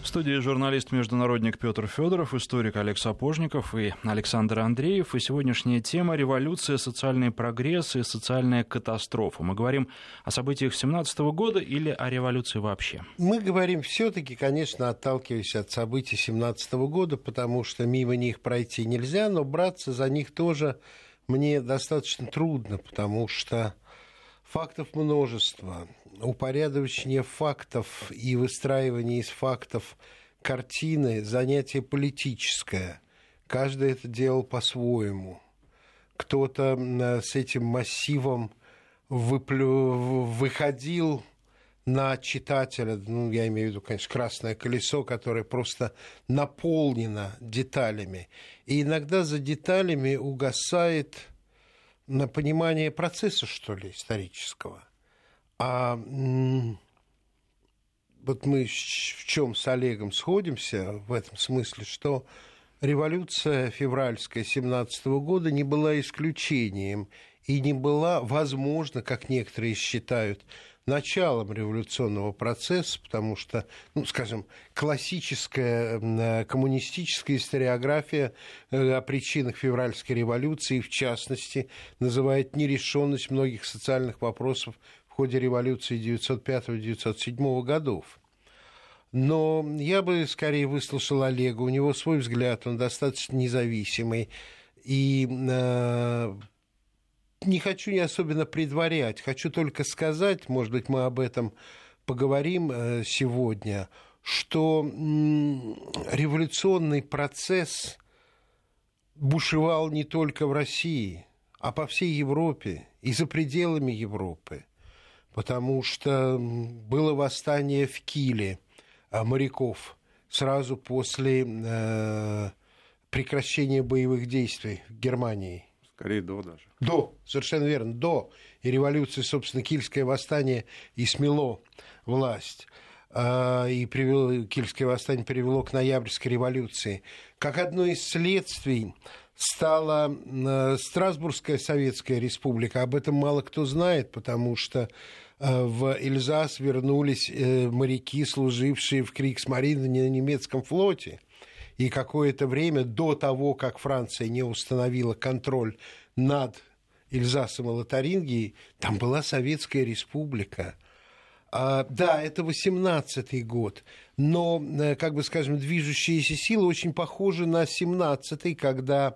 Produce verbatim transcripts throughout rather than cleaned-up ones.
студии журналист-международник Петр Федоров, историк Олег Сапожников и Александр Андреев. И сегодняшняя тема — революция, социальный прогресс и социальная катастрофа. Мы говорим о событиях семнадцатого года или о революции вообще? Мы говорим все-таки, конечно, отталкиваясь от событий семнадцатого года, потому что мимо них пройти нельзя, но браться за них тоже мне достаточно трудно, потому что фактов множество. Упорядочение фактов и выстраивание из фактов картины — занятие политическое. Каждый это делал по-своему. Кто-то с этим массивом выплю... выходил на читателя, ну, я имею в виду, конечно, «Красное колесо», которое просто наполнено деталями. И иногда за деталями угасает на понимание процесса, что ли, исторического. А вот мы в чем с Олегом сходимся в этом смысле, что революция февральская семнадцатого года не была исключением и не была, возможно, как некоторые считают, началом революционного процесса, потому что, ну, скажем, классическая коммунистическая историография о причинах февральской революции, в частности, называет нерешенность многих социальных вопросов в ходе революции девятьсот пятого — девятьсот седьмого годов. Но я бы скорее выслушал Олега, у него свой взгляд, он достаточно независимый, и э, не хочу не особенно предварять, хочу только сказать, может быть, мы об этом поговорим э, сегодня, что м, революционный процесс бушевал не только в России, а по всей Европе и за пределами Европы, потому что было восстание в Киле моряков сразу после э, прекращения боевых действий в Германии. Скорее до даже. До, совершенно верно, до. И революции, собственно, Кильское восстание и смело власть. И привело, Кильское восстание привело к Ноябрьской революции. Как одно из следствий стала Страсбургская Советская Республика. Об этом мало кто знает, потому что в Эльзас вернулись моряки, служившие в Кригсмарине на немецком флоте. И какое-то время до того, как Франция не установила контроль над Эльзасом и Лотарингией, там была Советская Республика. А, да, это восемнадцатый год, но, как бы скажем, движущиеся силы очень похожи на семнадцатый, когда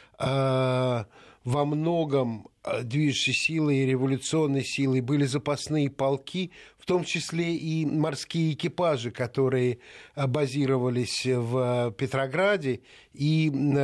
а, во многом движущей силой и революционной силой были запасные полки, в том числе и морские экипажи, которые базировались в Петрограде и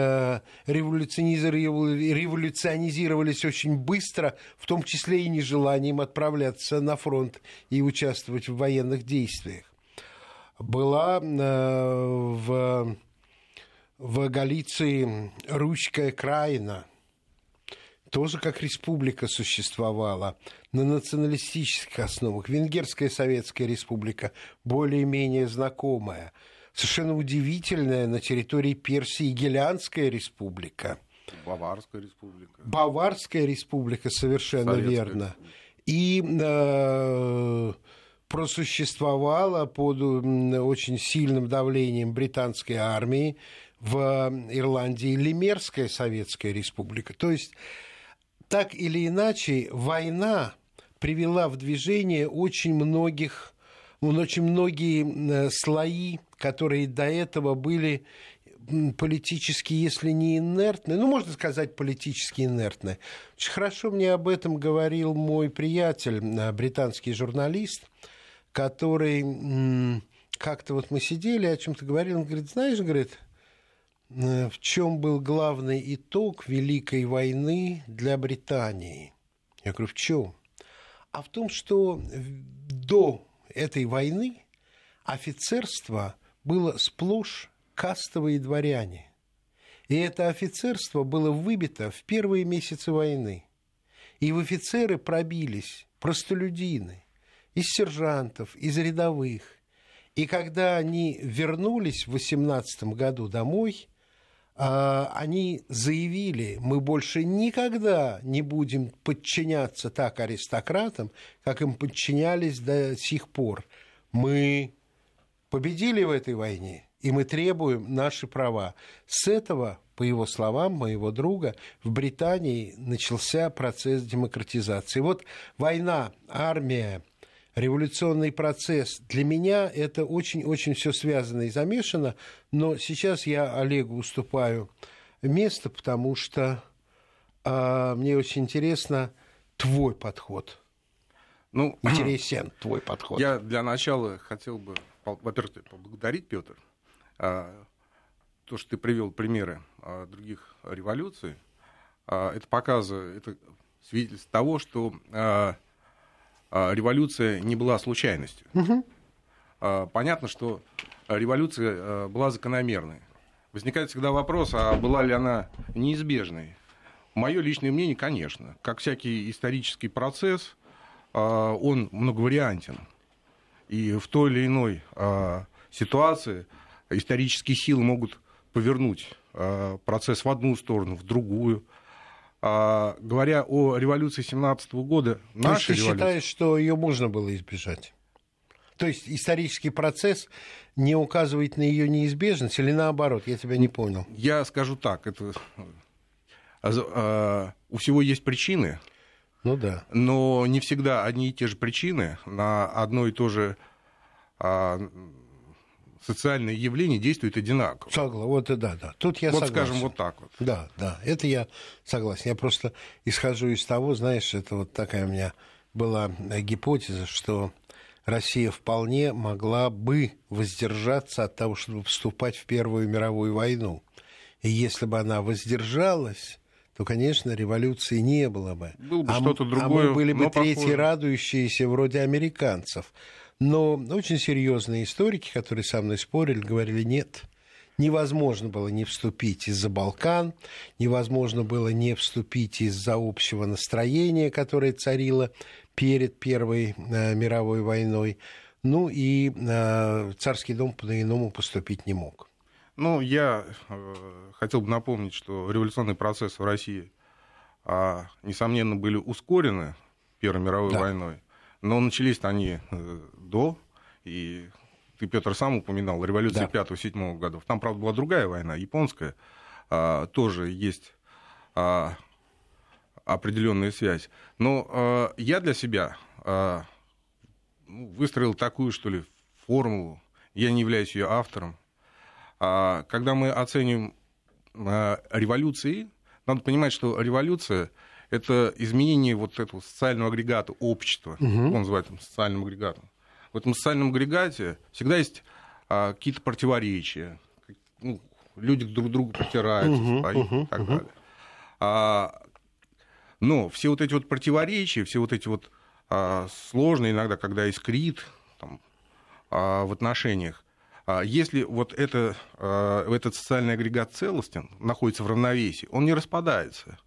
революционизировались очень быстро, в том числе и нежеланием отправляться на фронт и участвовать в военных действиях. Была в, в Галиции Русская Краина, тоже как республика существовала на националистических основах. Венгерская Советская Республика, более-менее знакомая. Совершенно удивительная на территории Персии Гелянская Республика. Баварская Республика. Баварская Республика, совершенно Советская верно. Республика. И э, просуществовала под очень сильным давлением британской армии в Ирландии Лимерская Советская Республика. То есть, так или иначе, война привела в движение очень многих, очень многие слои, которые до этого были политически, если не инертны, ну, можно сказать, политически инертны. Очень хорошо мне об этом говорил мой приятель, британский журналист, который как-то вот мы сидели, о чем-то говорили, он говорит, знаешь, говорит, в чем был главный итог Великой войны для Британии? Я говорю, в чем? А в том, что до этой войны офицерство было сплошь кастовые дворяне. И это офицерство было выбито в первые месяцы войны. И в офицеры пробились простолюдины из сержантов, из рядовых. И когда они вернулись в восемнадцатом году домой, они заявили, мы больше никогда не будем подчиняться так аристократам, как им подчинялись до сих пор. Мы победили в этой войне, и мы требуем наши права. С этого, по его словам, моего друга, в Британии начался процесс демократизации. Вот война, армия, революционный процесс. Для меня это очень-очень все связано и замешано, но сейчас я Олегу уступаю место, потому что а, мне очень интересно твой подход. Ну, интересен твой подход. Я для начала хотел бы, во-первых, поблагодарить, Петр, то, что ты привел примеры других революций. Это показывает, это свидетельство того, что революция не была случайностью. Угу. Понятно, что революция была закономерной. Возникает всегда вопрос, а была ли она неизбежной? Мое личное мнение, конечно. Как всякий исторический процесс, он многовариантен. И в той или иной ситуации исторические силы могут повернуть процесс в одну сторону, в другую. Говоря о революции семнадцатого года, наша наша ты революция... считаешь, что ее можно было избежать? То есть исторический процесс не указывает на ее неизбежность или наоборот? Я тебя не понял. Я скажу так, это... у всего есть причины, ну, да. но не всегда одни и те же причины на одно и то же социальное явление действуют одинаково. Согласен, вот и да, да. Тут я вот согласен. скажем вот так вот. Да, да, это я согласен. Я просто исхожу из того, знаешь, это вот такая у меня была гипотеза, что Россия вполне могла бы воздержаться от того, чтобы вступать в Первую мировую войну. И если бы она воздержалась, то, конечно, революции не было бы. Было бы а, что-то другое, а мы были бы третьи похоже. радующиеся вроде американцев. Но очень серьезные историки, которые со мной спорили, говорили, нет, невозможно было не вступить из-за Балкан, невозможно было не вступить из-за общего настроения, которое царило перед Первой э, мировой войной. Ну и э, царский дом по-иному поступить не мог. Ну, я э, хотел бы напомнить, что революционные процессы в России, э, несомненно, были ускорены Первой мировой да. войной. Но начались-то они до, и ты, Петр, сам упоминал революцию да. пятого-седьмого годов. Там, правда, была другая война, японская, а, тоже есть а, определенная связь. Но а, я для себя а, выстроил такую, что ли, формулу, я не являюсь ее автором. А, когда мы оцениваем а, революции, надо понимать, что революция — это изменение вот этого социального агрегата общества, угу. он называет его социальным агрегатом. В этом социальном агрегате всегда есть а, какие-то противоречия, ну, люди друг к другу притираются, угу, спорят угу, и так угу. далее. А, но все вот эти вот противоречия, все вот эти вот а, сложные иногда, когда искрит там, а, в отношениях, а, если вот это, а, этот социальный агрегат целостен, находится в равновесии, он не распадается.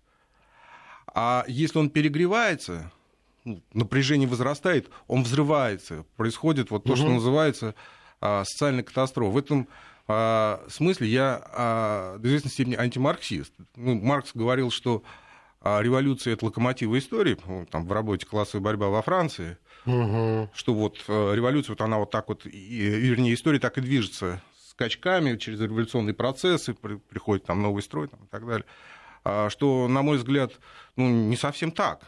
А если он перегревается, напряжение возрастает, он взрывается, происходит вот то, угу. что называется а, социальная катастрофа. В этом а, смысле я а, до известной степени антимарксист. Ну, Маркс говорил, что а, революция — это локомотив истории, там, в работе «Классовая борьба во Франции», угу. что вот а, революция, вот она вот так вот, и, вернее, история так и движется скачками через революционные процессы, при, приходит там новый строй там, и так далее. Что, на мой взгляд, ну, не совсем так.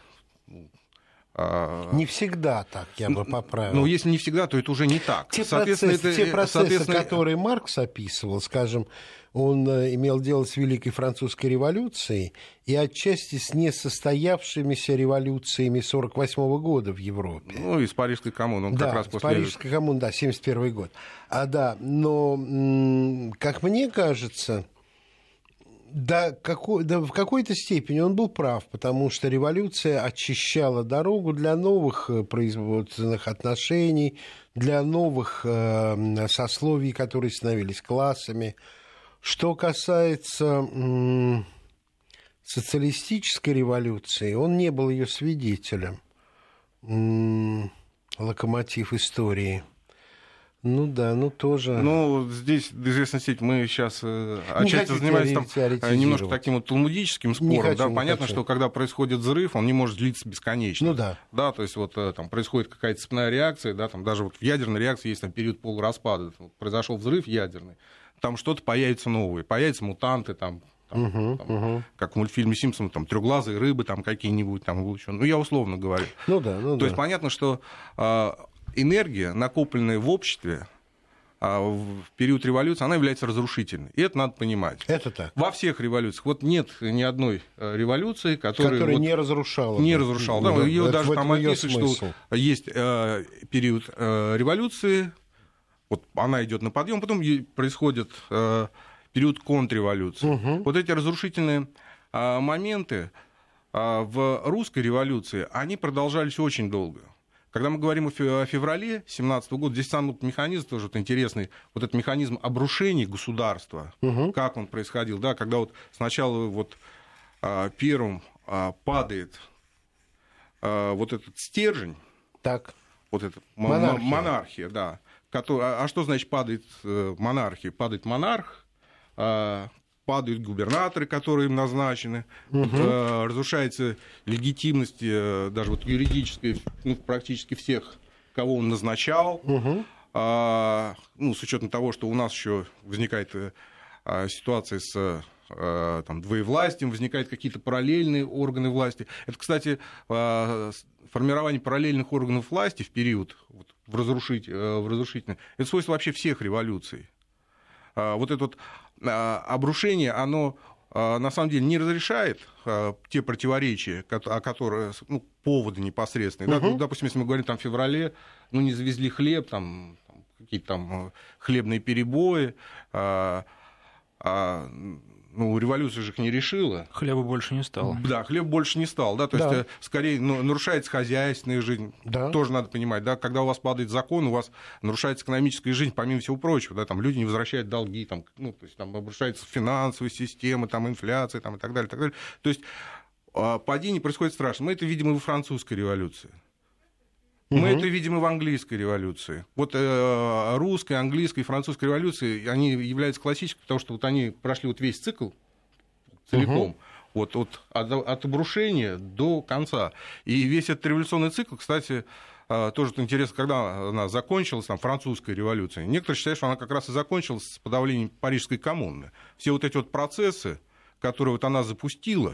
Не всегда так, я бы поправил. Ну, если не всегда, то это уже не так. Те процессы, это, те процессы соответственно... которые Маркс описывал, скажем, он имел дело с Великой Французской революцией и отчасти с несостоявшимися революциями сорок восьмого года в Европе. Ну, и с Парижской коммуны. Он да, как раз с после... Парижской коммуны, да, семьдесят первый год. А, да, но, как мне кажется... Да, какой, да, в какой-то степени он был прав, потому что революция очищала дорогу для новых производственных отношений, для новых э, сословий, которые становились классами. Что касается э, социалистической революции, он не был ее свидетелем. Э, локомотив истории. Ну да, ну тоже. Ну, здесь, до известной степени, мы сейчас э, отчасти занимаемся там, немножко таким вот талмудическим спором. Хочу, да, понятно, хочу. Что когда происходит взрыв, он не может длиться бесконечно. Ну да. Да, то есть вот там происходит какая-то цепная реакция, да, там даже вот в ядерной реакции есть там период полураспада. Вот, произошел взрыв ядерный, там что-то появится новое, появятся мутанты, там, там, угу, там угу. как в мультфильме «Симпсоны», там трехглазые рыбы там какие-нибудь там улучшенные. Ну, я условно говорю. Ну да, ну То да. есть понятно, что э, энергия, накопленная в обществе, в период революции, она является разрушительной. И это надо понимать. Это так. Во всех революциях. Вот нет ни одной революции, которая, которая вот не разрушала. Не разрушала. Да, ее это, даже там описывают, что есть э, период э, революции, вот она идет на подъем, потом происходит э, период контрреволюции. Угу. Вот эти разрушительные э, моменты э, в русской революции, они продолжались очень долго. Когда мы говорим о феврале две тысячи семнадцатого года, здесь сам механизм тоже вот интересный, вот этот механизм обрушения государства, угу. как он происходил, да, когда вот сначала вот первым падает вот этот стержень, так. вот эта монархия, монархия да, который, а что значит падает монархия? Падает монарх, падают губернаторы, которые им назначены, угу. вот, разрушается легитимность даже вот юридической, ну, практически всех, кого он назначал, угу. а, ну, с учетом того, что у нас еще возникает а, ситуация с а, там, двоевластием, возникают какие-то параллельные органы власти. Это, кстати, а, формирование параллельных органов власти в период вот, в, разрушить, в разрушительный, это свойство вообще всех революций. А, вот это вот обрушение, оно на самом деле не разрешает те противоречия, о которых, ну, поводы непосредственные. Uh-huh. Да? Допустим, если мы говорим там, в феврале, ну, не завезли хлеб, там, какие-то там хлебные перебои, а, а, ну, революция же их не решила. Хлеба больше не стало. Да, хлеб больше не стал. Да? То да. есть, скорее, ну, нарушается хозяйственная жизнь. Да. Тоже надо понимать. Да? Когда у вас падает закон, у вас нарушается экономическая жизнь, помимо всего прочего. Да? Там люди не возвращают долги, там, ну, то есть, там обрушается финансовая система, там, инфляция там, и так далее, и так далее. То есть падение происходит страшно. Мы это видим и во французской революции. Мы угу. это видим и в английской революции. Вот э, русская, английская и французская революции, они являются классическими, потому что вот они прошли вот весь цикл целиком, угу. вот, вот, от, от обрушения до конца. И весь этот революционный цикл, кстати, э, тоже интересно, когда она закончилась, там, французская революция. Некоторые считают, что она как раз и закончилась с подавлением Парижской коммуны. Все вот эти вот процессы, которые вот она запустила,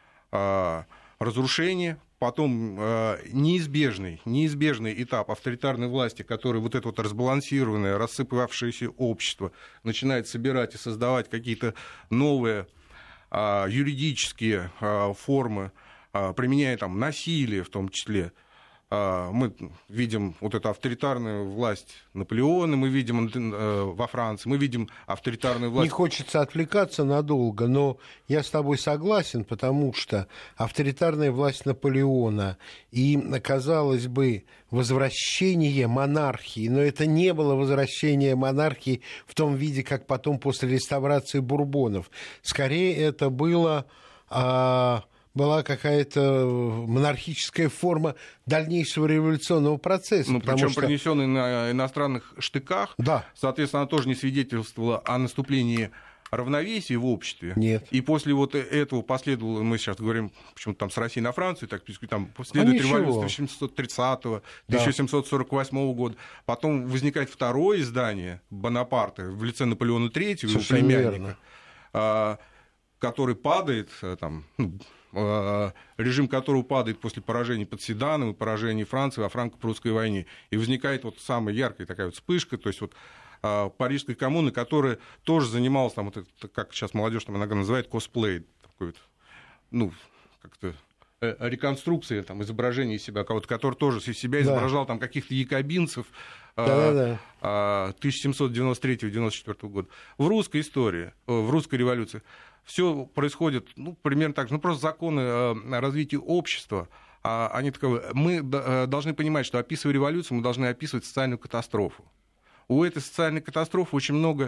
э, разрушение, потом э, неизбежный, неизбежный этап авторитарной власти, который вот это вот разбалансированное, рассыпавшееся общество начинает собирать и создавать какие-то новые э, юридические э, формы, э, применяя там насилие в том числе. Э, мы видим вот эту авторитарную власть Наполеона, мы видим э, во Франции, мы видим авторитарную власть... Не хочется отвлекаться надолго, но я с тобой согласен, потому что авторитарная власть Наполеона и, казалось бы, возвращение монархии, но это не было возвращение монархии в том виде, как потом после реставрации Бурбонов. Скорее, это было... А... была какая-то монархическая форма дальнейшего революционного процесса. Ну, причем что... принесенный на иностранных штыках, да. Соответственно, она тоже не свидетельствовала о наступлении равновесия в обществе. Нет. И после вот этого последовало, мы сейчас говорим почему-то там с России на Францию, так там последует а революция тысяча семьсот тридцатого, да. тысяча семьсот сорок восьмого года. Потом возникает второе издание Бонапарта в лице Наполеона третьего, его племянника, верно. Который падает там, режим которого падает после поражения под Седаном и поражения Франции во франко-прусской войне. И возникает вот самая яркая такая вот вспышка, то есть вот Парижской коммуны, которая тоже занималась, там, вот это, как сейчас молодежь там иногда называет, косплей, такой вот, ну, как-то реконструкция, там, изображение себя, кого-то, который тоже из себя изображал да. там, каких-то якобинцев да, да. тысяча семьсот девяносто третьего — девяносто четвёртого года. В русской истории, в русской революции все происходит, ну, примерно так же, ну, просто законы развития общества, они таковы. Мы должны понимать, что, описывая революцию, мы должны описывать социальную катастрофу. У этой социальной катастрофы очень много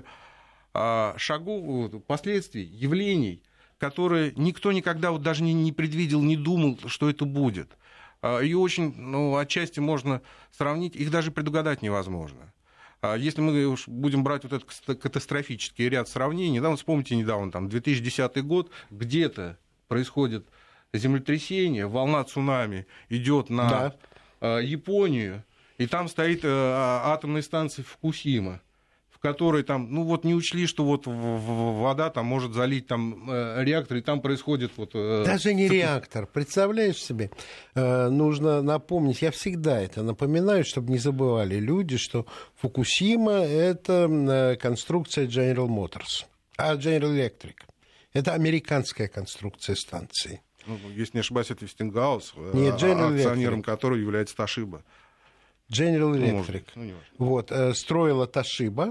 шагов, последствий, явлений, которые никто никогда вот даже не, не предвидел, не думал, что это будет. Ее очень, ну, отчасти можно сравнить, их даже предугадать невозможно. Если мы уж будем брать вот этот катастрофический ряд сравнений, да, вот вспомните недавно, там, две тысячи десятый год, где-то происходит землетрясение, волна цунами идет на да. Японию, и там стоит атомная станция Фукусима, в которой там, ну вот не учли, что вот вода там может залить там реактор, и там происходит вот... Даже не реактор, представляешь себе, нужно напомнить, я всегда это напоминаю, чтобы не забывали люди, что Фукусима — это конструкция General Motors, а General Electric — это американская конструкция станции. Ну, если не ошибаюсь, это Вестингаус, Нет, акционером которого является Toshiba. General Electric. Ну, ну, вот, строила Toshiba,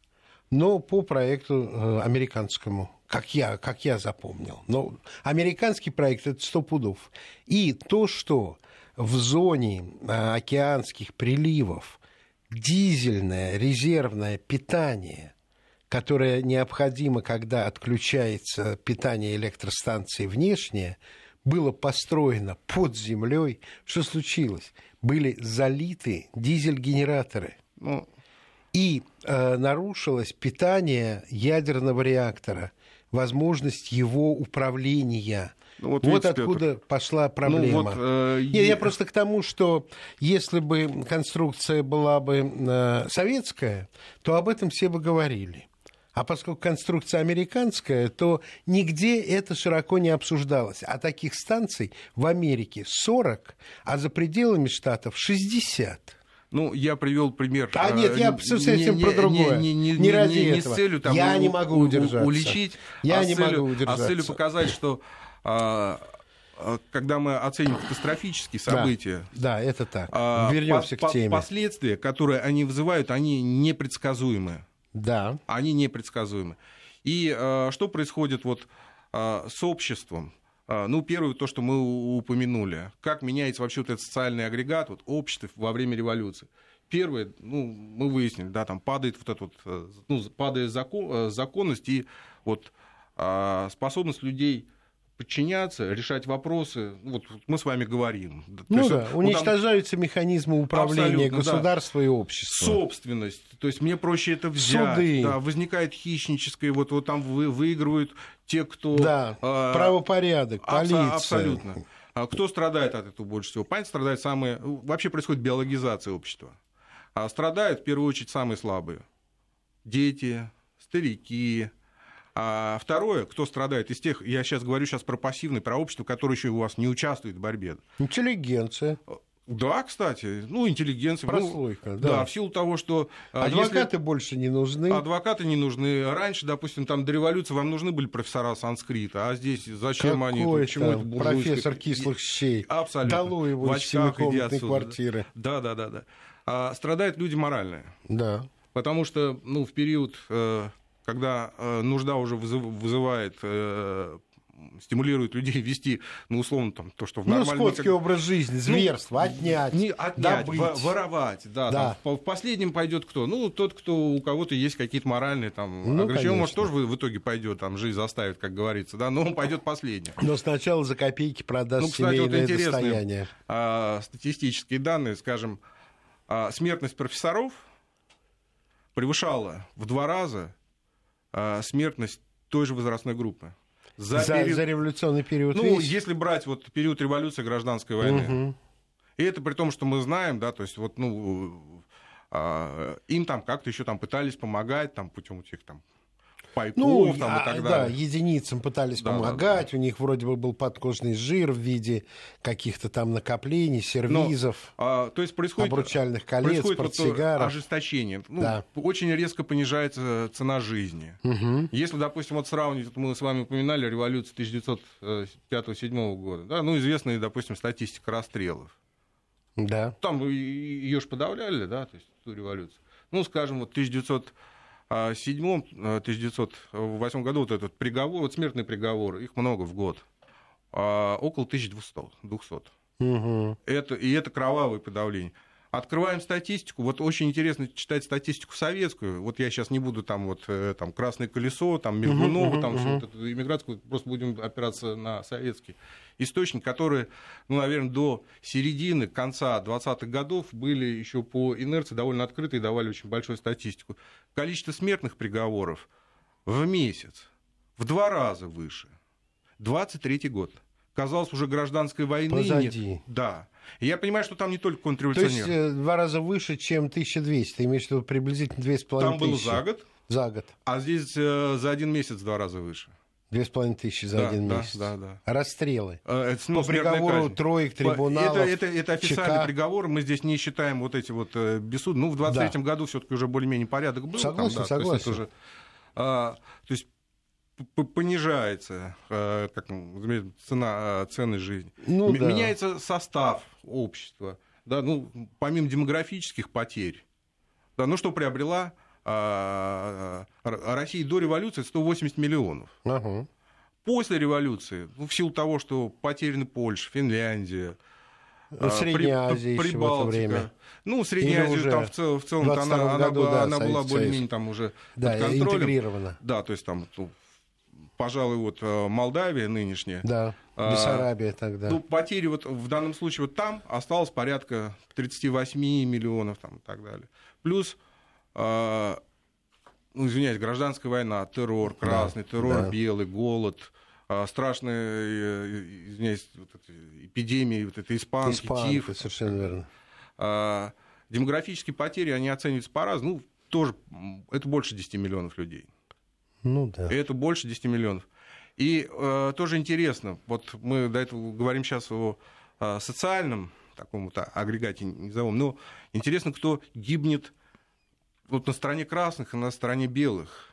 но по проекту э, американскому, как я, как я запомнил. Но американский проект — это сто пудов. И то, что в зоне э, океанских приливов дизельное резервное питание, которое необходимо, когда отключается питание электростанции внешнее, было построено под землей, что случилось? Были залиты дизель-генераторы. Ну... И э, нарушилось питание ядерного реактора, возможность его управления. Ну, вот, вот видите, откуда Петр, пошла проблема. Ну, вот, э, Нет, я... я просто к тому, что если бы конструкция была бы э, советская, то об этом все бы говорили. А поскольку конструкция американская, то нигде это широко не обсуждалось. А таких станций в Америке сорок, а за пределами штатов шестьдесят. Ну, я привел пример. А нет, я совсем про другое. Не, не, не, не ради не, не этого. С целью, там, я у, не могу удержаться. Уличить, я а не целью, могу удержаться. А с целью показать, что а, когда мы оценим катастрофические события... Да, да, это так. Вернемся по, к теме. Последствия, которые они вызывают, они непредсказуемы. Да. Они непредсказуемы. И а, что происходит вот, а, с обществом? Ну, первое, то, что мы упомянули. Как меняется вообще вот этот социальный агрегат вот, общества во время революции. Первое, ну, мы выяснили, да, там падает вот эта вот, ну, падает закон, законность и вот способность людей подчиняться, решать вопросы. Вот мы с вами говорим. Ну есть, да, вот, уничтожаются там... механизмы управления государства, да, и общества. Собственность. То есть мне проще это взять. Суды. Да, возникает хищническое, вот, вот там вы, выигрывают те, кто... Да, э, правопорядок, полиция. Абсолютно. А кто страдает от этого больше всего? Понятно, страдают самые... Вообще происходит биологизация общества. А страдают в первую очередь самые слабые. Дети, старики. А второе, кто страдает из тех, я сейчас говорю сейчас про пассивное, про общество, которое еще у вас не участвует в борьбе. Интеллигенция. Да, кстати, ну, интеллигенция. Прослойка, ну, да. Да, в силу того, что... Адвокаты если... больше не нужны. Адвокаты не нужны. Раньше, допустим, там до революции вам нужны были профессора санскрита, а здесь зачем Какой они? Почему это буржуйское... профессор кислых щей? Абсолютно. Долой его из семикомнатной квартиры. Да, да, да, да. А страдают люди моральные. Да. Потому что, ну, в период... когда э, нужда уже вызывает, э, стимулирует людей вести, ну, условно, там, то, что в нормальном... Ну, скотский образ жизни, зверство, ну, отнять, не отнять, в, воровать, да. да. Там, в последнем пойдет кто? Ну, тот, кто у кого-то есть какие-то моральные там ну, ограничения, он, может, тоже в, в итоге пойдет, там, жизнь заставит, как говорится, да, но он пойдет последним. Но сначала за копейки продаст ну, кстати, семейное вот достояние. А, статистические данные, скажем, а, смертность профессоров превышала в два раза смертность той же возрастной группы. За, за, период... за революционный период? Ну, весь? Если брать вот период революции, гражданской войны. Угу. И это при том, что мы знаем, да, то есть вот, ну, а, им там как-то еще там пытались помогать, там, путем этих там пайков, ну, там, а, и так да, далее. единицам пытались да, помогать, да, да. У них вроде бы был подкожный жир в виде каких-то там накоплений, сервизов, Но, а, то есть происходит, обручальных колец, происходит портсигаров. Вот ожесточение. Ну, да. Очень резко понижается цена жизни. Угу. Если, допустим, вот сравнить, вот мы с вами упоминали революцию тысяча девятьсот пятого-седьмого года, да, ну, известная, допустим, статистика расстрелов. Да. Там ее же подавляли, да, то есть ту революцию. Ну, скажем, вот в тысяча девятьсот седьмом — тысяча девятьсот восьмом году вот этот приговор, вот смертный приговор, их много в год, а, около тысяча двухсот. Угу. Это, и это кровавое подавление. Открываем статистику. Вот очень интересно читать статистику советскую. Вот я сейчас не буду там вот там «Красное колесо», там Мергунова, uh-huh, там uh-huh. всю вот эту иммиграцию, просто будем опираться на советский источник, которые, ну, наверное, до середины, конца двадцатых годов были еще по инерции довольно открыты и давали очень большую статистику. Количество смертных приговоров в месяц в два раза выше. двадцать третий год. Казалось, уже гражданской войны позади. Нет. Да. И я понимаю, что там не только контрреволюционеры. То есть два раза выше, чем тысяча двести. Ты имеешь в виду приблизительно две с половиной тысячи. Там было за год. За год. А здесь э, за один месяц в два раза выше. Две с половиной тысячи за да, один да, месяц. Да, да. Расстрелы. Это, ну, по приговору казнь. троек трибуналов. Это, это, это официальный ЧК. приговор. Мы здесь не считаем вот эти вот э, бессуды. Ну, в двадцать третьем да. году все-таки уже более-менее порядок был. Согласен, там, да, согласен. То есть, уже, а, то есть понижается а, как, цена, цены жизни. Ну, М- да. Меняется состав общества. Да, ну, помимо демографических потерь. Да, ну, что приобрела а, Россия до революции? сто восемьдесят миллионов. Ага. После революции, ну, в силу того, что потеряны Польша, Финляндия, Средняя Азия еще в это время. Ну, Средняя Азия там в, цел, в целом она, она, году, была, да, она была более-менее там уже да, под контролем. Интегрирована. Да, то есть там, ну, пожалуй, вот Молдавия нынешняя. Да, Бессарабия тогда. Ну, потери вот в данном случае вот там осталось порядка тридцать восемь миллионов там, и так далее. Плюс, ну, извиняюсь, гражданская война, террор красный, да, террор да. белый, голод, страшная, извиняюсь, вот эта эпидемия, вот это испанки, Испанки, тиф. Совершенно верно. Демографические потери, они оцениваются по-разному. Ну, тоже, это больше десяти миллионов людей. Ну да. Это больше десяти миллионов. И э, тоже интересно, вот мы до этого говорим сейчас о, о социальном таком-то агрегате низовом, но интересно, кто гибнет вот на стороне красных и на стороне белых.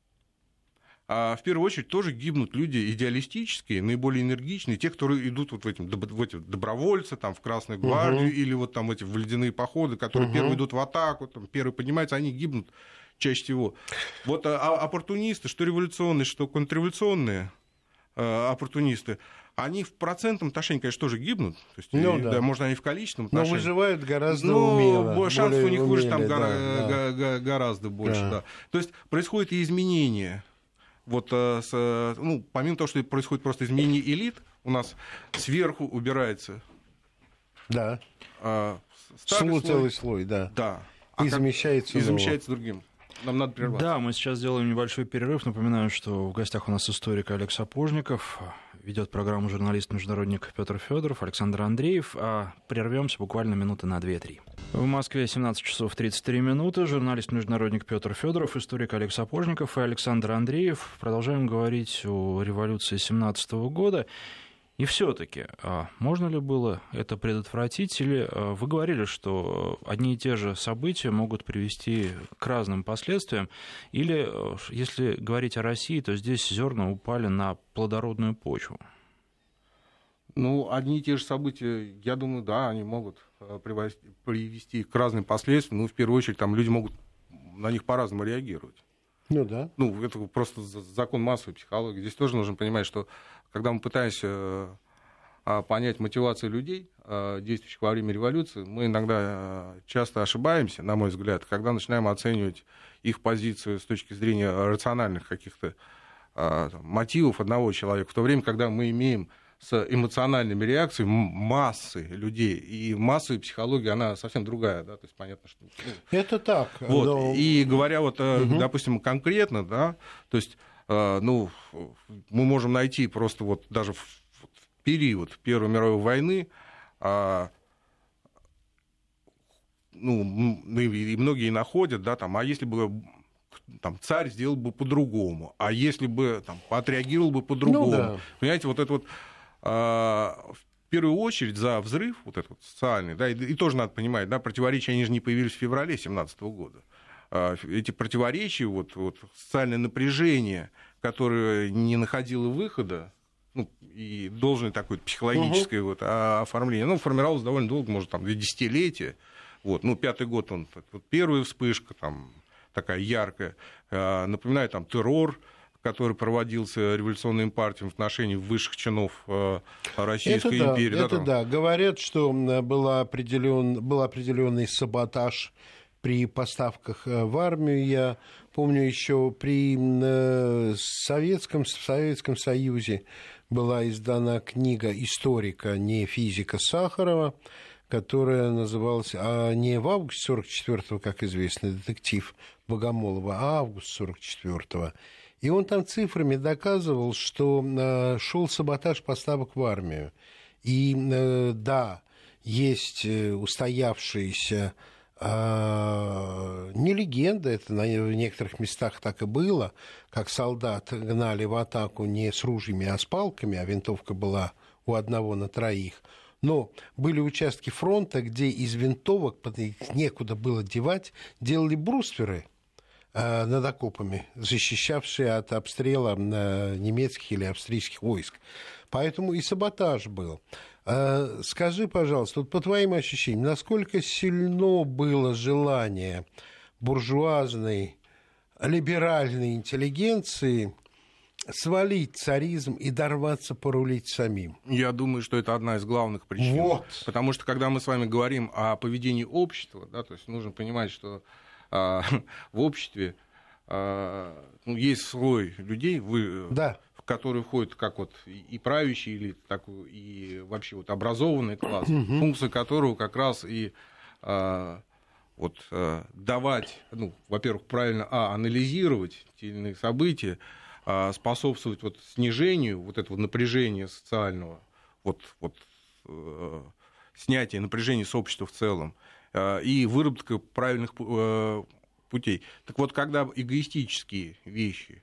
А в первую очередь тоже гибнут люди идеалистические, наиболее энергичные, те, которые идут вот в, этим, в эти добровольцы, там, в Красную гвардию, угу. или вот там эти в ледяные походы, которые угу. первые идут в атаку, там, первые поднимаются, они гибнут чаще всего. Вот а, оппортунисты, что революционные, что контрреволюционные а, оппортунисты, они в процентном отношении, конечно, тоже гибнут. То есть, ну, и, да. да, может, они в количественном отношении. Но выживают гораздо но умело. Шанс у них выжить там да, гора- да. га- га- гораздо больше. Да. Да. То есть происходят и изменения. Вот, с, ну, помимо того, что происходит просто изменение элит, у нас сверху убирается да. а, старый слой, целый слой, да. Да. И а замещается, и замещается другим. Нам надо прерваться. Да, мы сейчас делаем небольшой перерыв. Напоминаю, что в гостях у нас историк Олег Сапожников, ведет программу журналист-международник Петр Федоров, Александр Андреев. А прервемся буквально минуты на две-три. В Москве семнадцать часов тридцать три минуты. Журналист-международник Петр Федоров, историк Олег Сапожников и Александр Андреев. Продолжаем говорить о революции семнадцатого года. И все-таки, можно ли было это предотвратить? Или вы говорили, что одни и те же события могут привести к разным последствиям? Или, если говорить о России, то здесь зерна упали на плодородную почву? Ну, одни и те же события, я думаю, да, они могут привести к разным последствиям. Ну, в первую очередь, там люди могут на них по-разному реагировать. Ну, да. Ну, это просто закон массовой психологии. Здесь тоже нужно понимать, что когда мы пытаемся понять мотивацию людей, действующих во время революции, мы иногда часто ошибаемся, на мой взгляд, когда начинаем оценивать их позицию с точки зрения рациональных каких-то там, мотивов одного человека, в то время, когда мы имеем с эмоциональными реакциями массы людей, и массовая психология, она совсем другая, да, то есть понятно, что... Ну, это так. Вот. Но... И говоря вот, угу. допустим, конкретно, да, то есть, ну, мы можем найти просто вот даже в, в период Первой мировой войны, ну, и многие находят, да, там, а если бы там, царь сделал бы по-другому, а если бы там, отреагировал бы по-другому, ну, да. Понимаете, вот это вот в первую очередь за взрыв, вот этот вот социальный, да, и, и тоже надо понимать, да, противоречия, они же не появились в феврале семнадцатого года. Эти противоречия, вот, вот, социальное напряжение, которое не находило выхода, ну, и должное такое психологическое угу. вот, оформление, ну, формировалось довольно долго, может, там, десятилетия. Вот, ну, пятый год, он, вот, первая вспышка, там, такая яркая, напоминаю, там, террор, который проводился революционными партиями в отношении высших чинов Российской это империи. Да, да, это там... да. Говорят, что была определен, был определенный саботаж при поставках в армию. Я помню, еще при Советском, в Советском Союзе была издана книга историка, не физика, Сахарова, которая называлась, а не в августе сорок четвёртого, как известно, детектив Богомолова, а август сорок четвёртого. И он там цифрами доказывал, что э, шел саботаж поставок в армию. И э, да, есть устоявшиеся, э, не легенда, это на, в некоторых местах так и было, как солдат гнали в атаку не с ружьями, а с палками, а винтовка была у одного на троих. Но были участки фронта, где из винтовок, их некуда было девать, делали брустверы над окопами, защищавшие от обстрела немецких или австрийских войск. Поэтому и саботаж был. Скажи, пожалуйста, вот по твоим ощущениям, насколько сильно было желание буржуазной, либеральной интеллигенции свалить царизм и дорваться порулить самим? Я думаю, что это одна из главных причин. Вот. Потому что, когда мы с вами говорим о поведении общества, да, то есть нужно понимать, что а, в обществе а, ну, есть слой людей, вы, да. в который входит как вот и правящий элит, так и вообще вот образованный класс, угу. функция которого как раз и а, вот, а, давать, ну, во-первых, правильно а, анализировать те или иные события, а, способствовать вот снижению вот этого напряжения социального, вот, вот, э, снятия напряжения с общества в целом, и выработка правильных путей. Так вот, когда эгоистические вещи,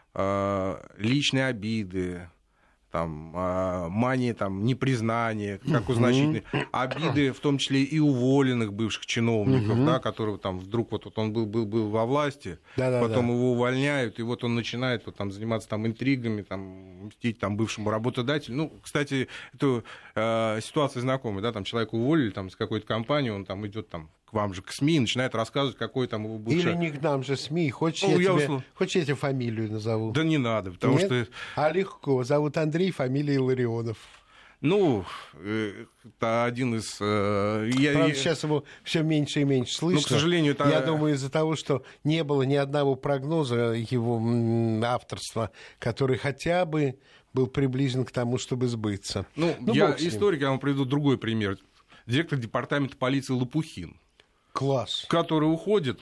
личные обиды, там, мания там, непризнания, как у значительных, обиды, в том числе и уволенных бывших чиновников, uh-huh. да, которые там вдруг вот, вот он был, был, был во власти, да-да-да. Потом его увольняют, и вот он начинает вот, там, заниматься там, интригами, там, мстить там, бывшему работодателю. Ну, кстати, эту э, ситуацию знакомая, да, там человека уволили там, с какой-то компании, он там идет там, к вам же, к СМИ, начинает рассказывать, какой там его бывший... Или не к нам же СМИ. Хочешь, ну, я, я, тебе... услов... Хочешь я тебе фамилию назову? Да не надо, потому Нет? что... А легко. Зовут Андрей, фамилия Илларионов. Ну, это один из... Я... Правда, сейчас его все меньше и меньше слышно. Ну, к сожалению, это... Я думаю, из-за того, что не было ни одного прогноза его авторства, который хотя бы был приближен к тому, чтобы сбыться. Ну, ну я историк, я вам приведу другой пример. Директор департамента полиции Лопухин. Класс. Который уходит,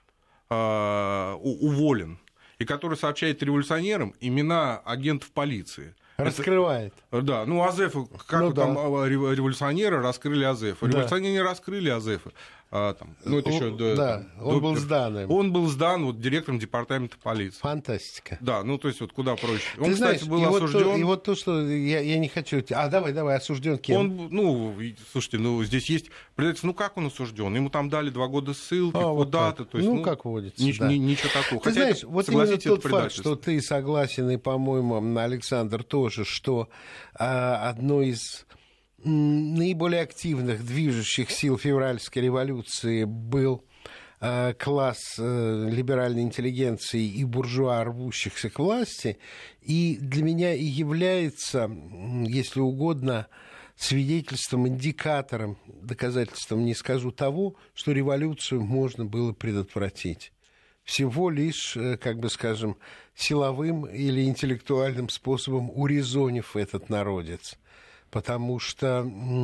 э, уволен, и который сообщает революционерам имена агентов полиции. Раскрывает. Это, да, ну Азефа, как ну, там да. революционеры раскрыли Азефа. Революционеры да. не раскрыли Азефа. А, там, ну, это еще, да, да, там, он до... был сдан. Он был сдан вот, директором департамента полиции. Фантастика. Да, ну то есть вот куда проще. Он, Ты кстати, знаешь, был и осужден. Вот то, и вот то, что я, я не хочу... А давай, давай, осужден кем? Он, ну, слушайте, ну здесь есть... Ну как он осужден? Ему там дали два года ссылки, а, куда-то. Вот то есть, ну, ну как водится, ни, да. ни, Ничего такого. Ты Хотя знаешь, это, вот именно тот факт, что ты согласен, и, по-моему, Александр тоже, что а, одно из... наиболее активных движущих сил февральской революции был э, класс э, либеральной интеллигенции и буржуа, рвущихся к власти, и для меня и является, если угодно, свидетельством, индикатором, доказательством, не скажу, того, что революцию можно было предотвратить. Всего лишь, как бы скажем, силовым или интеллектуальным способом урезонив этот народец. Потому что,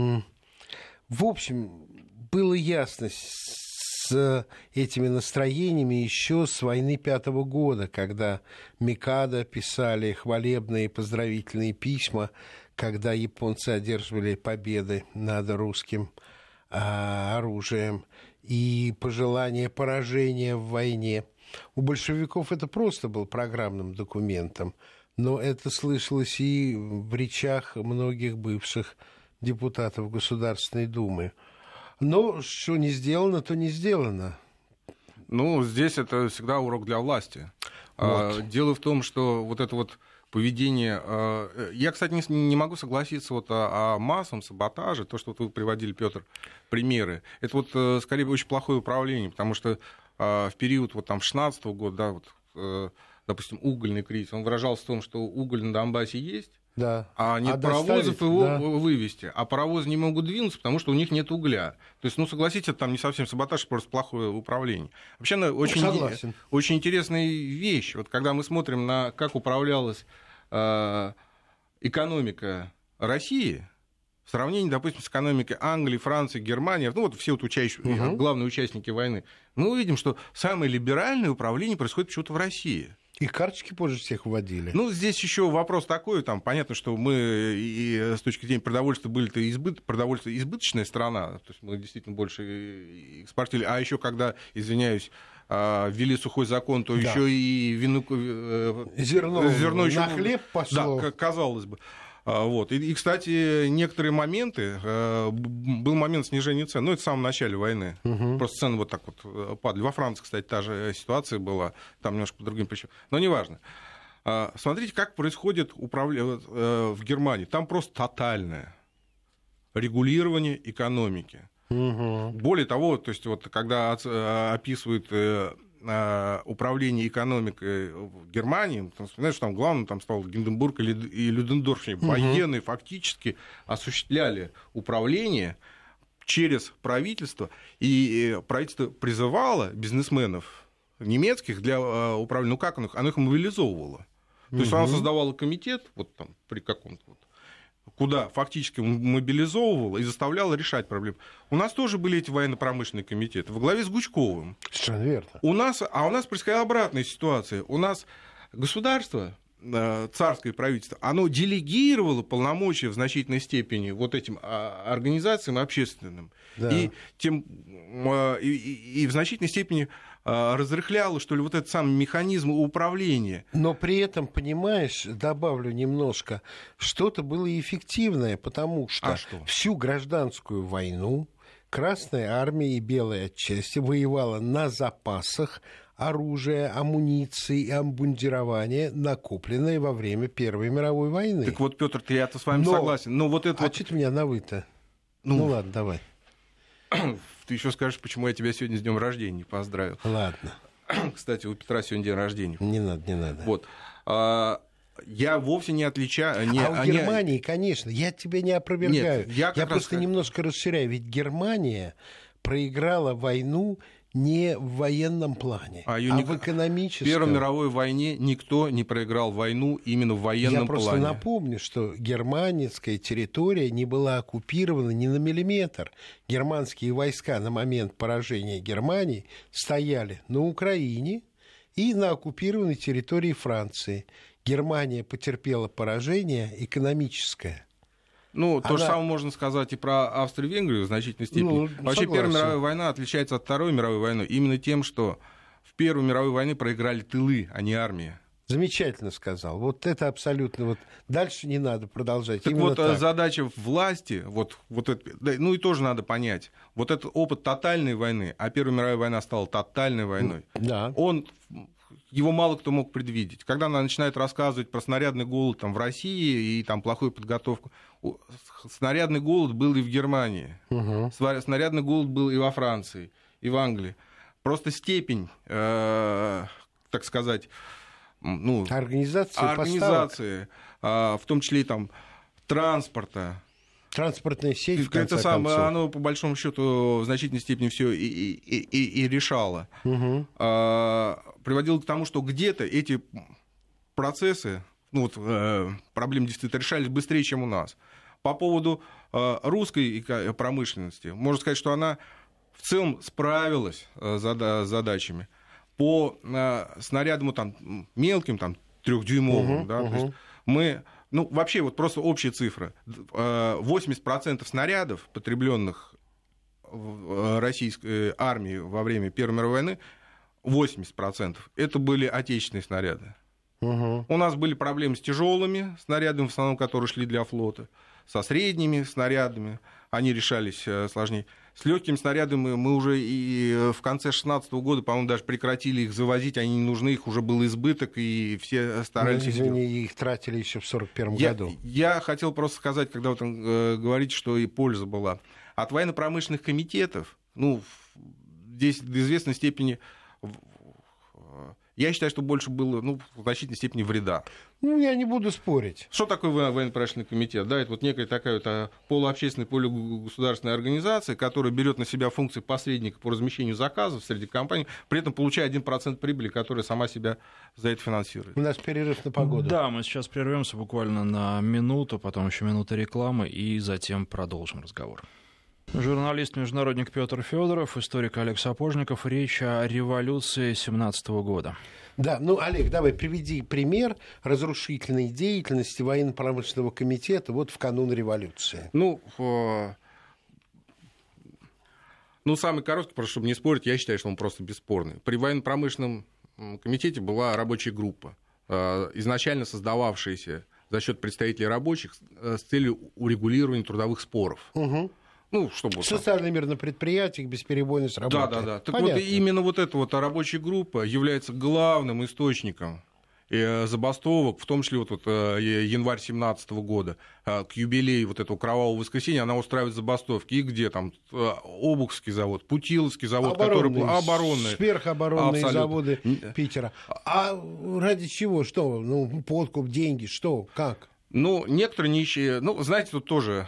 в общем, было ясно с этими настроениями еще с войны пятого года, когда Микадо писали хвалебные поздравительные письма, когда японцы одерживали победы над русским а, оружием, и пожелание поражения в войне. У большевиков это просто был программным документом. Но это слышалось и в речах многих бывших депутатов Государственной Думы. Но что не сделано, то не сделано. Ну, здесь это всегда урок для власти. Вот. Дело в том, что вот это вот поведение... Я, кстати, не могу согласиться вот о массовом саботаже, то, что вот вы приводили, Петр, примеры. Это вот, скорее, очень плохое управление, потому что в период вот там шестнадцатого года, да, вот, допустим, угольный кризис, он выражался в том, что уголь на Донбассе есть, да. а нет а паровозов его да. вывести. А паровозы не могут двинуться, потому что у них нет угля. То есть, ну, согласитесь, это там не совсем саботаж, просто плохое управление. Вообще, ну, очень, согласен. очень интересная вещь. Вот когда мы смотрим на, как управлялась э, экономика России, в сравнении, допустим, с экономикой Англии, Франции, Германии, ну, вот все вот учащ... угу. главные участники войны, мы увидим, что самое либеральное управление происходит почему-то в России. И карточки позже всех вводили. Ну, здесь еще вопрос такой, там, понятно, что мы и с точки зрения продовольствия были-то избыт... продовольствие избыточная страна, то есть мы действительно больше экспортировали, а еще когда, извиняюсь, ввели сухой закон, то да. еще и вину... зерно, зерно еще... на хлеб пошло. Да, казалось бы. Вот. И, и, кстати, некоторые моменты, был момент снижения цен, ну, это в самом начале войны, угу. просто цены вот так вот падали. Во Франции, кстати, та же ситуация была, там немножко по другим причинам, но неважно. Смотрите, как происходит управление в Германии. Там просто тотальное регулирование экономики. Угу. Более того, то есть, вот, когда описывают управление экономикой в Германии, знаешь, там главным там стал Гинденбург и Людендорф, угу. военные фактически осуществляли управление через правительство, и правительство призывало бизнесменов немецких для управления, ну как оно их, оно их мобилизовывало. То есть угу. оно создавало комитет, вот там при каком-то вот, куда фактически мобилизовывала и заставляла решать проблемы. У нас тоже были эти военно-промышленные комитеты во главе с Гучковым. Совершенно верно. У нас, а у нас происходила обратная ситуация. У нас государство, царское правительство, оно делегировало полномочия в значительной степени вот этим организациям общественным. Да. И, тем, и, и, и в значительной степени разрыхляло, что ли, вот этот самый механизм управления. Но при этом, понимаешь, добавлю немножко, что-то было эффективное, потому что, а что? Всю гражданскую войну Красная Армия и Белая отчасти воевала на запасах оружия, амуниции и обмундирования, накопленные во время Первой мировой войны. Так вот, Петр, я-то с вами но... согласен. Но вот это а вот... что ты меня на вы-то? Ну, ну ладно, давай. Ты еще скажешь, почему я тебя сегодня с днем рождения не поздравил. Ладно. Кстати, у Петра сегодня день рождения. Не надо, не надо. Вот. Я вовсе не отличаю... Не, а в не... Германии, конечно, я тебя не опровергаю. Нет, я я просто раз... немножко расширяю. Ведь Германия проиграла войну не в военном плане, а, а не... в экономическом. В Первой мировой войне никто не проиграл войну именно в военном плане. Я просто плане. напомню, что германская территория не была оккупирована ни на миллиметр. Германские войска на момент поражения Германии стояли на Украине и на оккупированной территории Франции. Германия потерпела поражение экономическое. Ну, то Она... же самое можно сказать и про Австро-Венгрию в значительной степени. Ну, Вообще, согласен. Первая мировая война отличается от Второй мировой войны именно тем, что в Первой мировой войне проиграли тылы, а не армия. Замечательно сказал. Вот это абсолютно... Вот дальше не надо продолжать. Так Именно вот, так. Задача власти, вот, вот это, ну и тоже надо понять, вот этот опыт тотальной войны, а Первая мировая война стала тотальной войной, да. он... Его мало кто мог предвидеть. Когда она начинает рассказывать про снарядный голод там, в России и там, плохую подготовку, снарядный голод был и в Германии, угу. снарядный голод был и во Франции, и в Англии. Просто степень, э, так сказать, ну, организации, организации э, в том числе и там, транспорта, транспортная сеть, в конце это самое, концов. оно, по большому счету, в значительной степени все и, и, и, и решало. Угу. А, приводило к тому, что где-то эти процессы, ну вот, э, проблемы действительно решались быстрее, чем у нас. По поводу э, русской промышленности, можно сказать, что она в целом справилась э, с задачами. По э, снарядам там, мелким, там, трёхдюймовым, угу, да, угу. То есть мы... Ну, вообще, вот просто общая цифра. восемьдесят процентов снарядов, потребленных в российской армии во время Первой мировой войны, восемьдесят процентов это были отечественные снаряды. Угу. У нас были проблемы с тяжелыми снарядами, в основном, которые шли для флота, со средними снарядами, они решались сложнее. С легкими снарядами мы уже и в конце шестнадцатого года, по-моему, даже прекратили их завозить, они не нужны, их уже был избыток, и все старались... Ну, извини, их тратили еще в сорок первом я, году. Я хотел просто сказать, когда вы там э, говорите, что и польза была. От военно-промышленных комитетов, ну, здесь до известной степени Я считаю, что больше было, ну, в значительной степени вреда. Ну, я не буду спорить. Что такое военно-промышленный комитет? Да, это вот некая такая вот полуобщественная, полугосударственная организация, которая берет на себя функции посредника по размещению заказов среди компаний, при этом получая один процент прибыли, которая сама себя за это финансирует. У нас перерыв на погоду. Да, мы сейчас прервемся буквально на минуту, потом еще минута рекламы, и затем продолжим разговор. Журналист-международник Петр Федоров, историк Олег Сапожников. Речь о революции семнадцатого года. Да, ну, Олег, давай приведи пример разрушительной деятельности военно-промышленного комитета вот в канун революции. Ну, ну, самый короткий, просто чтобы не спорить, я считаю, что он просто бесспорный. При военно-промышленном комитете была рабочая группа, изначально создававшаяся за счет представителей рабочих с целью урегулирования трудовых споров. Угу. Ну, чтобы социальный мир на предприятиях, бесперебойность работы. Да, да, да. Так вот, именно вот эта вот рабочая группа является главным источником забастовок, в том числе вот, вот январь семнадцатого года, к юбилею вот этого кровавого воскресенья, она устраивает забастовки. И где там Обухский завод, Путиловский завод, оборонный, который оборонный, сверхоборонные абсолютно. Заводы Питера. А ради чего? Что? Ну, подкуп, деньги, что? Как? Ну, некоторые нищие, ну, знаете, тут тоже...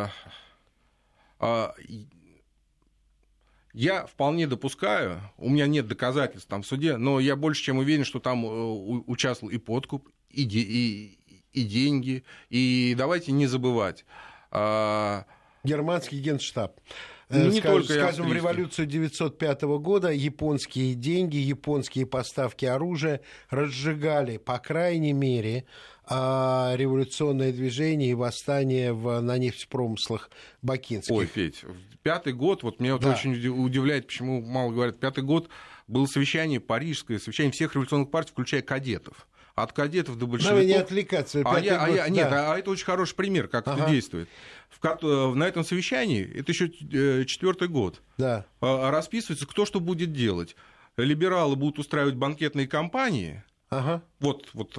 Я вполне допускаю, у меня нет доказательств там в суде, но я больше чем уверен, что там участвовал и подкуп, и, де, и, и деньги, и давайте не забывать. Германский генштаб. Ну, не скажем, только скажем, в революцию девятьсот пятого года японские деньги, японские поставки оружия разжигали, по крайней мере, революционное движение и восстание в, на нефтепромыслах бакинских. Ой, Федь, пятый год, вот меня да. вот очень удивляет, почему мало говорят, пятый год было совещание парижское, совещание всех революционных партий, включая кадетов. От кадетов до большевиков. Надо не отвлекаться. А я, год, а я, да. Нет, а это очень хороший пример, как ага. это действует. В, на этом совещании, это еще четвертый год, да. расписывается, кто что будет делать. Либералы будут устраивать банкетные кампании. Ага. Вот, вот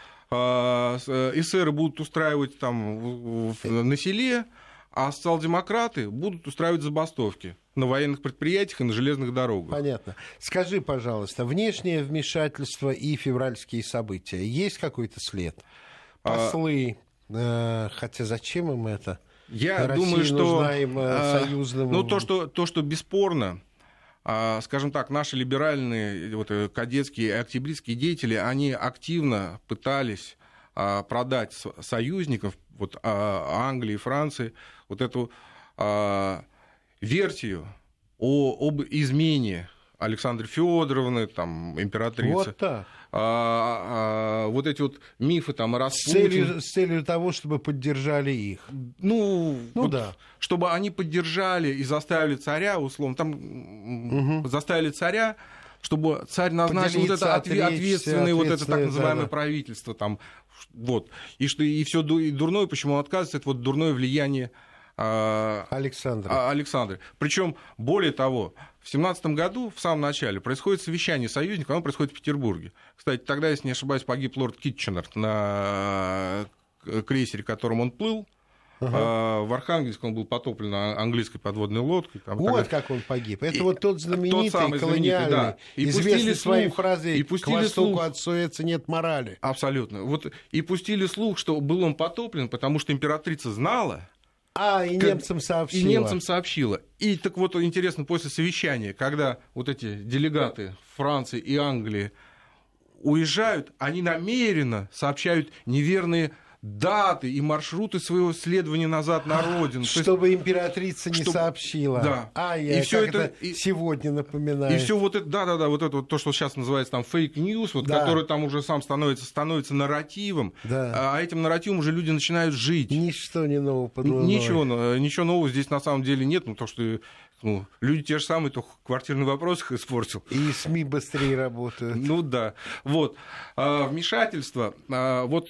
эсеры будут устраивать там на селе, а социал-демократы будут устраивать забастовки на военных предприятиях и на железных дорогах. Понятно. Скажи, пожалуйста, внешнее вмешательство и февральские события, есть какой-то след? Послы, а... э, хотя зачем им это? Я Россия думаю, что нужна им э, союзным... Ну, то, что, то, что бесспорно, э, скажем так, наши либеральные вот, кадетские и октябристские деятели, они активно пытались э, продать союзников вот, э, Англии и Франции вот эту э, версию о, об измене Александры Федоровны, там, императрицы. Вот так. А, а, вот эти вот мифы там о Распутине. С целью, с целью того, чтобы поддержали их. Ну, ну вот, да. Чтобы они поддержали и заставили царя, условно, там угу. заставили царя, чтобы царь назначил вот это отве- ответственное, вот это так называемое да, да. правительство. Там, вот. И, что, и все и дурное, почему он отказывается, это вот дурное влияние Александра. Александры. Причем, более того, в семнадцатом году, в самом начале, происходит совещание союзников, оно происходит в Петербурге. Кстати, тогда, если не ошибаюсь, погиб лорд Китченер на крейсере, которым он плыл. Ага. В Архангельске он был потоплен английской подводной лодкой. Там, вот тогда... как он погиб. Это и... вот тот знаменитый, тот колониальный, знаменитый, да. И известный своей фразой и пустили «К востоку слух... от Суэца нет морали». Абсолютно. Вот, и пустили слух, что был он потоплен, потому что императрица знала. А, и немцам сообщила. И немцам сообщила. И так вот, интересно, после совещания, когда вот эти делегаты Франции и Англии уезжают, они намеренно сообщают неверные даты и маршруты своего следования назад на родину. Чтобы есть, императрица не чтобы... сообщила. Да. А, я и все это, это и... сегодня напоминаю. И все вот это, да-да-да, вот это вот то, что сейчас называется там фейк-ньюс, вот, да. который там уже сам становится, становится нарративом, да. а этим нарративом уже люди начинают жить. Ничто не нового под луной. Ничего, ничего нового здесь на самом деле нет, ну то, что... Ну, люди те же самые, только квартирный вопрос их испортил. И СМИ быстрее работают. Ну да. Вот. А, вмешательство. А, вот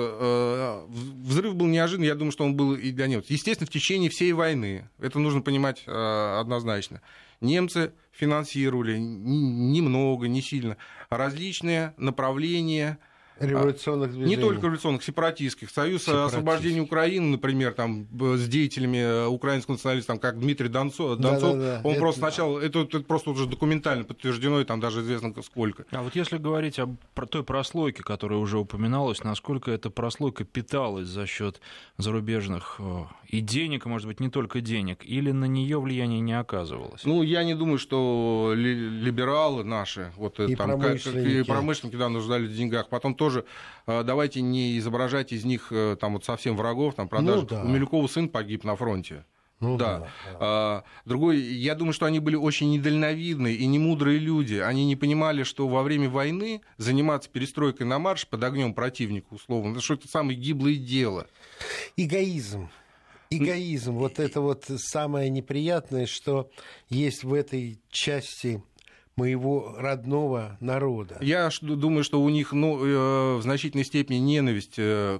а, взрыв был неожиданный. Я думаю, что он был и для немцев. Естественно, в течение всей войны. Это нужно понимать а, однозначно. Немцы финансировали немного, не сильно различные направления Революционных движений. Не только революционных, сепаратистских. Союз освобождения Украины, например, там, с деятелями украинского национализма, там, как Дмитрий Донцов, Донцов да, да, да. он это... просто сначала, это, это просто уже документально подтверждено, и там даже известно сколько. А вот если говорить о той прослойке, которая уже упоминалась, насколько эта прослойка питалась за счет зарубежных и денег, и, может быть, не только денег, или на нее влияние не оказывалось? Ну, я не думаю, что либералы наши, вот, и там, промышленники, как, и промышленники да, нуждались в деньгах, потом тоже тоже давайте не изображать из них там вот совсем врагов, там продажи. Ну, да. У Милюкова сын погиб на фронте. Ну, да. Да, да. А, другой, я думаю, что они были очень недальновидные и немудрые люди. Они не понимали, что во время войны заниматься перестройкой на марш под огнем противника, условно, это что-то самое гиблое дело. Эгоизм. Эгоизм. Вот это вот самое неприятное, что есть в этой части моего родного народа. Я думаю, что у них ну, в значительной степени ненависть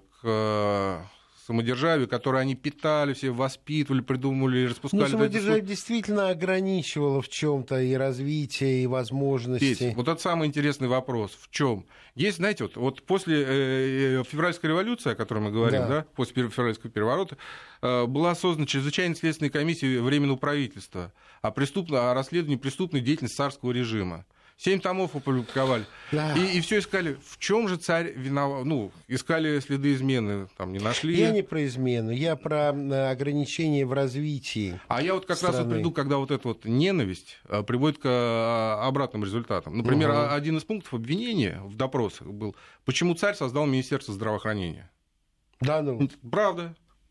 к самодержавию, которое они питали, все воспитывали, придумывали, распускали. Но самодержавие это... действительно ограничивало в чем-то и развитие, и возможности. Петь, вот это самый интересный вопрос. В чем? Есть, знаете, вот, вот после э, февральской революции, о которой мы говорим, да. Да, после февральского переворота, э, была создана чрезвычайная следственная комиссия Временного правительства о, преступно, о расследовании преступной деятельности царского режима. Семь томов опубликовали. Да. И, и все искали, в чем же царь виноват. Ну, искали следы измены, там не нашли. Я не про измену, я про ограничения в развитии. А я вот как страны. раз вот приду, когда вот эта вот ненависть приводит к обратным результатам. Например, угу. один из пунктов обвинения в допросах был, почему царь создал Министерство здравоохранения. Да, ну. Правда.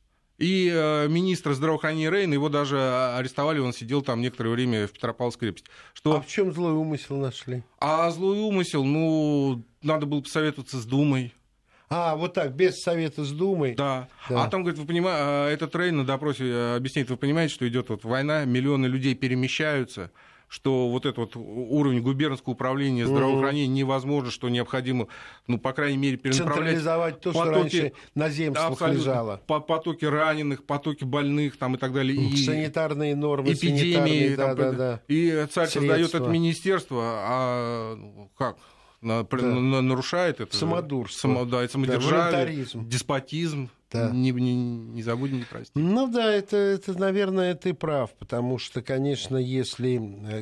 И э, министр здравоохранения Рейна, его даже арестовали, он сидел там некоторое время в Петропавловской крепости. Что... А в чем злой умысел нашли? А злой умысел, ну, надо было посоветоваться с Думой. А, вот так, без совета с Думой? Да. да. А там, говорит, вы понимаете, этот Рейн на допросе объясняет, вы понимаете, что идет вот война, миллионы людей перемещаются, что вот этот вот уровень губернского управления здравоохранения mm-hmm. невозможно, что необходимо, ну, по крайней мере, перенаправлять... Централизовать то, потоки, что раньше на земствах лежало. Потоки раненых, потоки больных там, и так далее. И санитарные нормы, эпидемии. Да, да, да. И царь Средства. создает это министерство, а как? На, да. на, нарушает это. Самодурство. Само, да, самодержавие, да, деспотизм. Да. Не, не, не забудем, не простим. Ну да, это, это, наверное, ты прав, потому что, конечно, если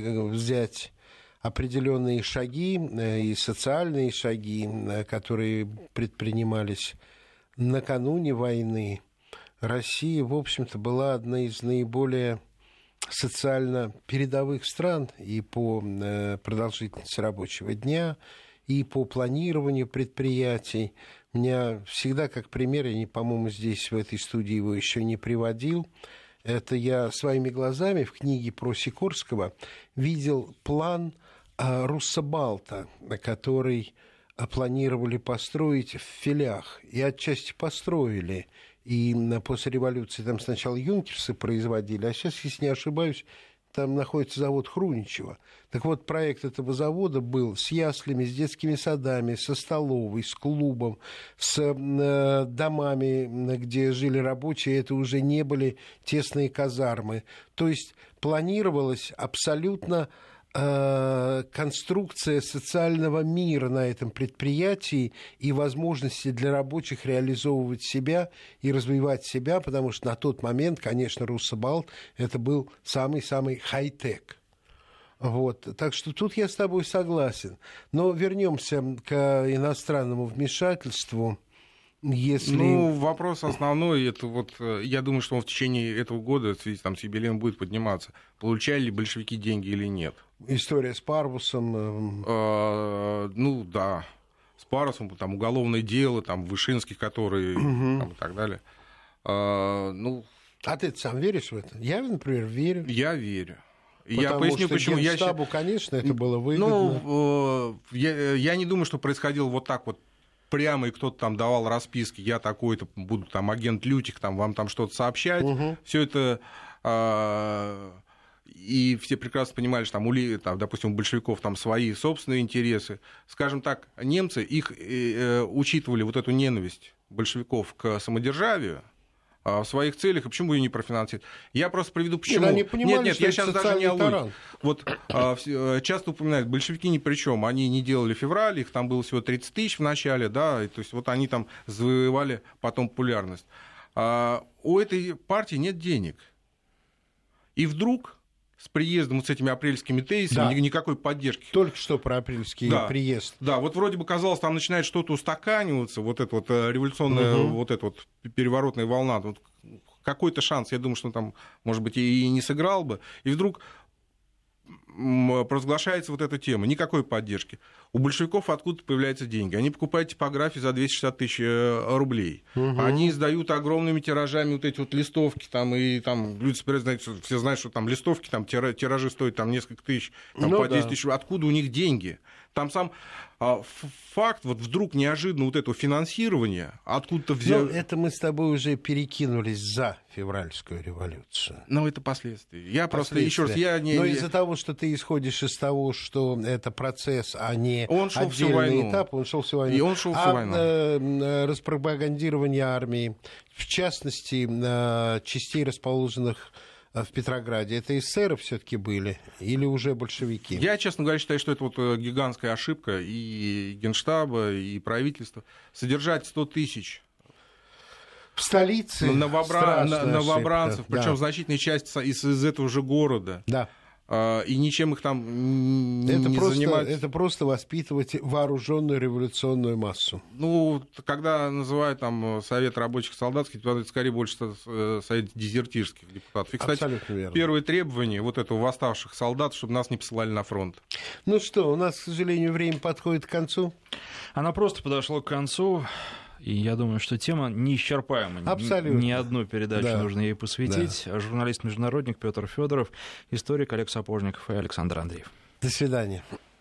взять определенные шаги и социальные шаги, которые предпринимались накануне войны, Россия, в общем-то, была одной из наиболее социально передовых стран и по продолжительности рабочего дня, и по планированию предприятий. У меня всегда, как пример, я, по-моему, здесь, в этой студии его еще не приводил, это я своими глазами в книге про Сикорского видел план Руссобалта, который планировали построить в Филях, и отчасти построили. И после революции там сначала юнкерсы производили, а сейчас, если не ошибаюсь, там находится завод Хруничева. Так вот, проект этого завода был с яслями, с детскими садами, со столовой, с клубом, с э, домами, где жили рабочие. Это уже не были тесные казармы. То есть планировалось абсолютно э, конструкция социального мира на этом предприятии и возможности для рабочих реализовывать себя и развивать себя, потому что на тот момент, конечно, Руссобалт это был самый-самый хай-тек. Вот. Так что тут я с тобой согласен. Но вернемся к иностранному вмешательству. Если... Ну, вопрос основной, это вот, я думаю, что он в течение этого года в связи там, с юбилеем будет подниматься. Получали ли большевики деньги или нет? История с Парвусом. А, ну, да. С Парвусом, там, уголовное дело, там, Вышинский, который, угу. там, и так далее. А, ну... а ты сам веришь в это? Я, например, верю. Я верю. Потому я поясню, что почему. Генштабу, я... конечно, это было выгодно. Ну, я, я не думаю, что происходило вот так вот прямо, и кто-то там давал расписки, я такой-то, буду там агент Лютик, там, вам там что-то сообщать. Угу. Все это... А... И все прекрасно понимали, что там, у, там, допустим, у большевиков там свои собственные интересы. Скажем так, немцы их э, учитывали вот эту ненависть большевиков к самодержавию, в своих целях, и почему ее не профинансировать? Я просто приведу, почему. Нет, понимали, нет, нет, я сейчас даже не аллую. Вот а, часто упоминают, большевики ни при чем. Они не делали февраль, их там было всего тридцать тысяч в начале, да, и, то есть вот они там завоевали потом популярность. А, у этой партии нет денег. И вдруг с приездом, вот с этими апрельскими тезисами, да. никакой поддержки. Только что про апрельский да. приезд. Да, вот вроде бы казалось, там начинает что-то устаканиваться, вот эта вот революционная, угу. вот эта вот переворотная волна, вот какой-то шанс, я думаю, что он там, может быть, и не сыграл бы, и вдруг провозглашается вот эта тема, никакой поддержки. У большевиков откуда-то появляются деньги. Они покупают типографии за двести шестьдесят тысяч рублей. Угу. Они издают огромными тиражами вот эти вот листовки. Там, и там люди знают, все знают, что там листовки, там тиражи стоят там, несколько тысяч, там, ну, по десять тысяч. Откуда у них деньги? Там сам а, факт, вот вдруг неожиданно вот этого финансирования откуда-то взял... Но это мы с тобой уже перекинулись за февральскую революцию. Но это последствия. Я просто, еще раз, я не... Но из-за того, что ты исходишь из того, что это процесс, а не он шел всю отдельный войну. этап, он шел всю войну. И он шел всю а войну. Э, распропагандирование армии, в частности, э, частей, расположенных в Петрограде, это эсеры все-таки были или уже большевики? Я, честно говоря, считаю, что это вот гигантская ошибка и Генштаба, и правительства. Содержать сто тысяч в столице новобран... новобранцев, причем да. значительная часть из, из этого же города. Да. И ничем их там это не просто, занимать. Это просто воспитывать вооруженную революционную массу. Ну, когда называют там Совет рабочих солдатских, это скорее больше Совет дезертирских депутатов. И, кстати, первое требование вот этого восставших солдат, чтобы нас не посылали на фронт. Ну что, у нас, к сожалению, время подходит к концу. Она просто подошла к концу. И я думаю, что тема неисчерпаема. Абсолютно. Ни одну передачу да. нужно ей посвятить. Да. Журналист-международник Петр Федоров, историк Олег Сапожников и Александр Андреев. До свидания.